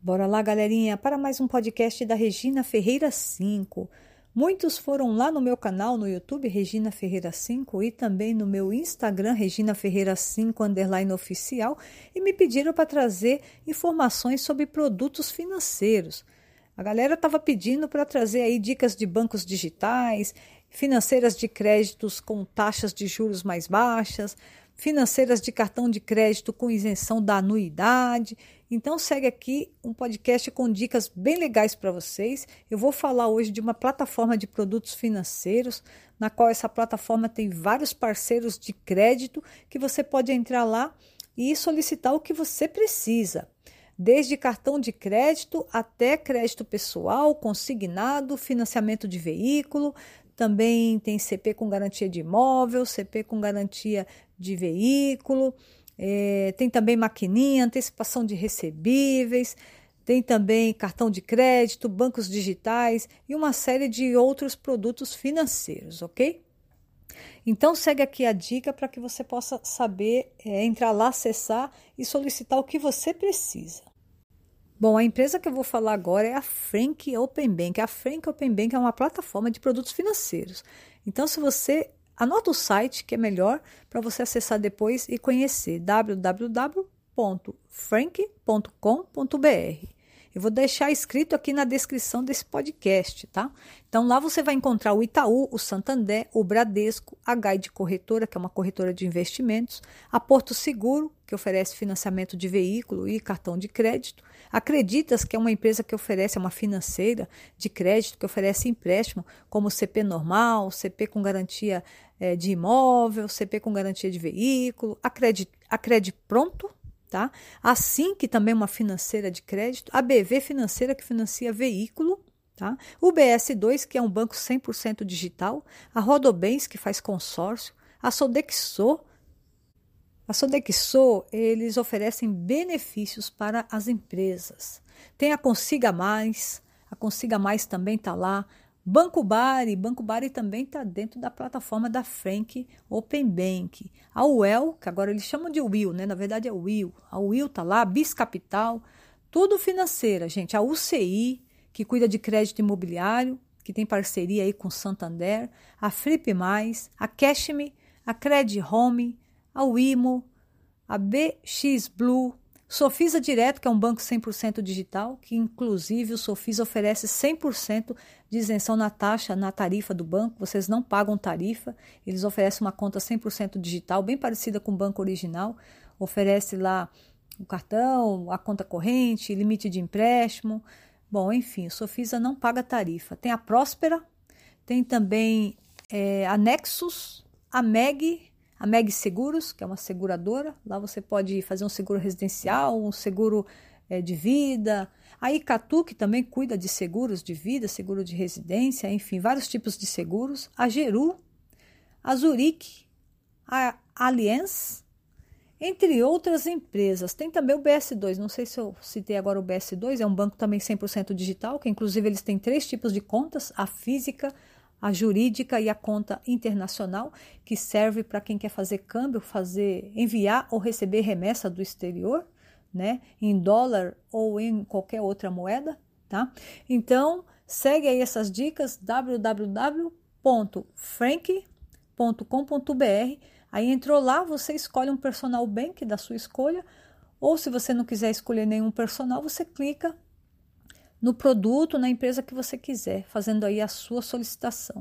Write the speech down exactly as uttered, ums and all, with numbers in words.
Bora lá, galerinha, para mais um podcast da Regina Ferreira cinco. Muitos foram lá no meu canal no YouTube, Regina Ferreira cinco, e também no meu Instagram, Regina Ferreira cinco, underline oficial, e me pediram para trazer informações sobre produtos financeiros. A galera estava pedindo para trazer aí dicas de bancos digitais, financeiras de créditos com taxas de juros mais baixas, financeiras de cartão de crédito com isenção da anuidade. Então segue aqui um podcast com dicas bem legais para vocês. Eu vou falar hoje de uma plataforma de produtos financeiros, na qual essa plataforma tem vários parceiros de crédito que você pode entrar lá e solicitar o que você precisa. Desde cartão de crédito até crédito pessoal, consignado, financiamento de veículo. Também tem C P com garantia de imóvel, C P com garantia de veículo, é, tem também maquininha, antecipação de recebíveis, tem também cartão de crédito, bancos digitais e uma série de outros produtos financeiros, ok? Então segue aqui a dica para que você possa saber, é, entrar lá, acessar e solicitar o que você precisa. Bom, a empresa que eu vou falar agora é a Frank Open Bank. A Frank Open Bank é uma plataforma de produtos financeiros. Então, se você anota o site, que é melhor para você acessar depois e conhecer, w w w ponto frank ponto com ponto b r. Eu vou deixar escrito aqui na descrição desse podcast, tá? Então, lá você vai encontrar o Itaú, o Santander, o Bradesco, a Guide Corretora, que é uma corretora de investimentos, a Porto Seguro, que oferece financiamento de veículo e cartão de crédito, a Creditas, que é uma empresa que oferece, é uma financeira de crédito, que oferece empréstimo, como C P normal, C P com garantia é, de imóvel, C P com garantia de veículo, a Credit, a Credit Pronto, tá? A Sinc, também uma financeira de crédito, a B V Financeira, que financia veículo, tá? O B S dois, que é um banco cem por cento digital, a Rodobens, que faz consórcio, a Sodexo. A Sodexo, eles oferecem benefícios para as empresas. Tem a Consiga Mais, a Consiga Mais também está lá. Banco Bari, Banco Bari também está dentro da plataforma da Frank Open Bank. A U E L, que agora eles chamam de Will, né? Na verdade é Will. A Will está lá, Bis Capital, tudo financeira, gente. A U C I, que cuida de crédito imobiliário, que tem parceria aí com o Santander. A Flip Mais, a Cashme, a Credit Home, a Wimo, a B X Blue, Sofisa Direto, que é um banco cem por cento digital, que inclusive o Sofisa oferece cem por cento de isenção na taxa, na tarifa do banco, vocês não pagam tarifa, eles oferecem uma conta cem por cento digital, bem parecida com o banco original, oferece lá o cartão, a conta corrente, limite de empréstimo, bom, enfim, o Sofisa não paga tarifa. Tem a Próspera, tem também é, a Nexus, a Meg, a Meg Seguros, que é uma seguradora, lá você pode fazer um seguro residencial, um seguro é, de vida. A Icatu, que também cuida de seguros de vida, seguro de residência, enfim, vários tipos de seguros. A Geru, a Zurich, a Allianz, entre outras empresas. Tem também o B S dois, não sei se eu citei agora o B S dois, é um banco também cem por cento digital, que inclusive eles têm três tipos de contas, a física, a jurídica e a conta internacional, que serve para quem quer fazer câmbio, fazer, enviar ou receber remessa do exterior, né, em dólar ou em qualquer outra moeda, tá? Então, segue aí essas dicas, w w w ponto frank ponto com ponto b r. Aí entrou lá, você escolhe um personal bank da sua escolha, ou se você não quiser escolher nenhum personal, você clica no produto, na empresa que você quiser, fazendo aí a sua solicitação.